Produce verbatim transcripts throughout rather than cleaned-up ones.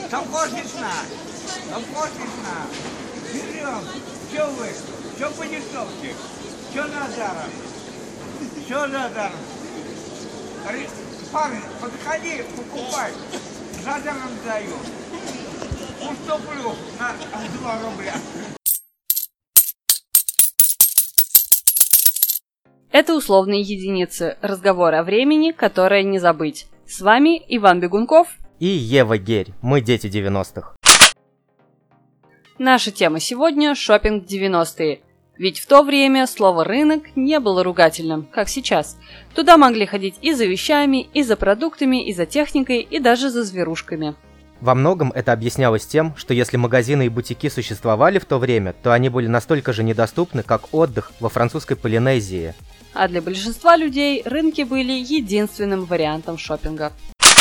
Совхозишна, совхозишна. Берем. Че вы? Че по дешевке? Че на даром? Че на даром? Парень, подходи, покупай. За даром даю. Уступлю на два рубля. Это условные единицы, разговоры о времени, которое не забыть. С вами Иван Бегунков и Ева Герь, мы дети девяностых. Наша тема сегодня – шопинг девяностые. Ведь в то время слово «рынок» не было ругательным, как сейчас. Туда могли ходить и за вещами, и за продуктами, и за техникой, и даже за зверушками. Во многом это объяснялось тем, что если магазины и бутики существовали в то время, то они были настолько же недоступны, как отдых во французской Полинезии. А для большинства людей рынки были единственным вариантом шопинга.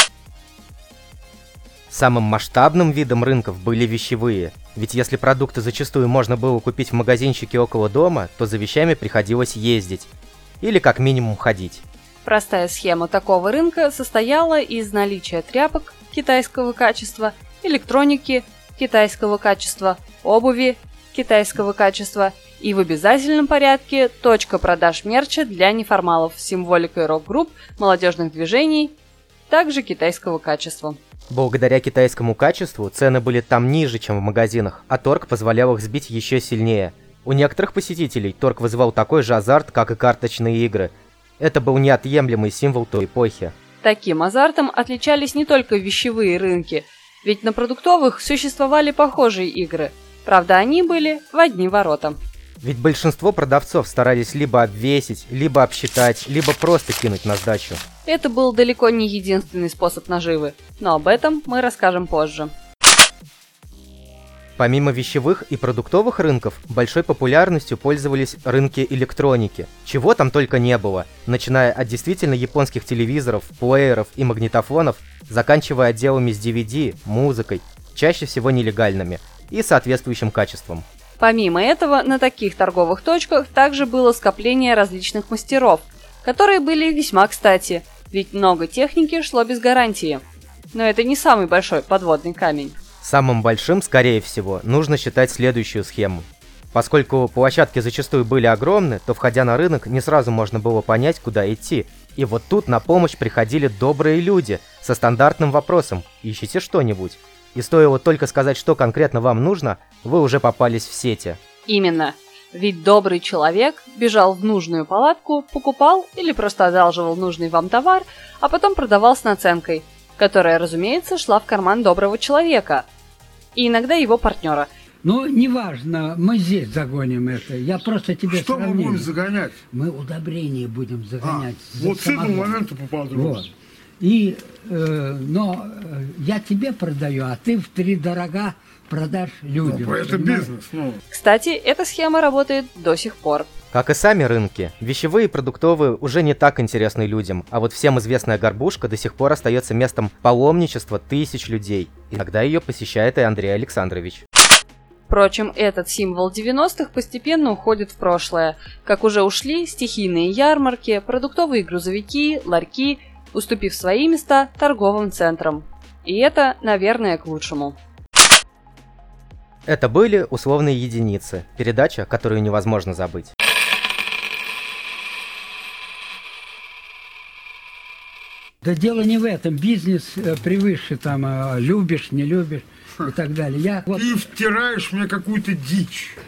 Самым масштабным видом рынков были вещевые, ведь если продукты зачастую можно было купить в магазинчике около дома, то за вещами приходилось ездить, или как минимум ходить. Простая схема такого рынка состояла из наличия тряпок китайского качества, электроники китайского качества, обуви китайского качества и в обязательном порядке точка продаж мерча для неформалов с символикой рок-групп, молодежных движений, также китайского качества. Благодаря китайскому качеству цены были там ниже, чем в магазинах, а торг позволял их сбить еще сильнее. У некоторых посетителей торг вызывал такой же азарт, как и карточные игры. Это был неотъемлемый символ той эпохи. Таким азартом отличались не только вещевые рынки, ведь на продуктовых существовали похожие игры. Правда, они были в одни ворота. Ведь большинство продавцов старались либо обвесить, либо обсчитать, либо просто кинуть на сдачу. Это был далеко не единственный способ наживы, но об этом мы расскажем позже. Помимо вещевых и продуктовых рынков, большой популярностью пользовались рынки электроники. Чего там только не было, начиная от действительно японских телевизоров, плееров и магнитофонов, заканчивая отделами с ди ви ди, музыкой, чаще всего нелегальными, и соответствующим качеством. Помимо этого, на таких торговых точках также было скопление различных мастеров, которые были весьма кстати, ведь много техники шло без гарантии. Но это не самый большой подводный камень. Самым большим, скорее всего, нужно считать следующую схему. Поскольку площадки зачастую были огромны, то, входя на рынок, не сразу можно было понять, куда идти. И вот тут на помощь приходили добрые люди со стандартным вопросом «Ищите что-нибудь?». И стоило только сказать, что конкретно вам нужно, вы уже попались в сети. Именно. Ведь добрый человек бежал в нужную палатку, покупал или просто одалживал нужный вам товар, а потом продавал с наценкой, которая, разумеется, шла в карман доброго человека и иногда его партнера. Ну, неважно, мы здесь загоним это. Я просто тебе Что сравнил. мы будем загонять? Мы удобрения будем загонять. А, вот с этого момента поподробнее. Вот. И, э, но э, я тебе продаю, а ты втридорога продашь людям. Ну, это бизнес. Ну. Кстати, эта схема работает до сих пор. Как и сами рынки, вещевые и продуктовые уже не так интересны людям, а вот всем известная горбушка до сих пор остается местом паломничества тысяч людей. Иногда ее посещает и Андрей Александрович. Впрочем, этот символ девяностых постепенно уходит в прошлое, как уже ушли стихийные ярмарки, продуктовые грузовики, ларьки, уступив свои места торговым центрам. И это, наверное, к лучшему. Это были условные единицы, передача, которую невозможно забыть. Да дело не в этом. Бизнес э, превыше там э, любишь, не любишь и так далее. Я, вот... Ты втираешь мне какую-то дичь.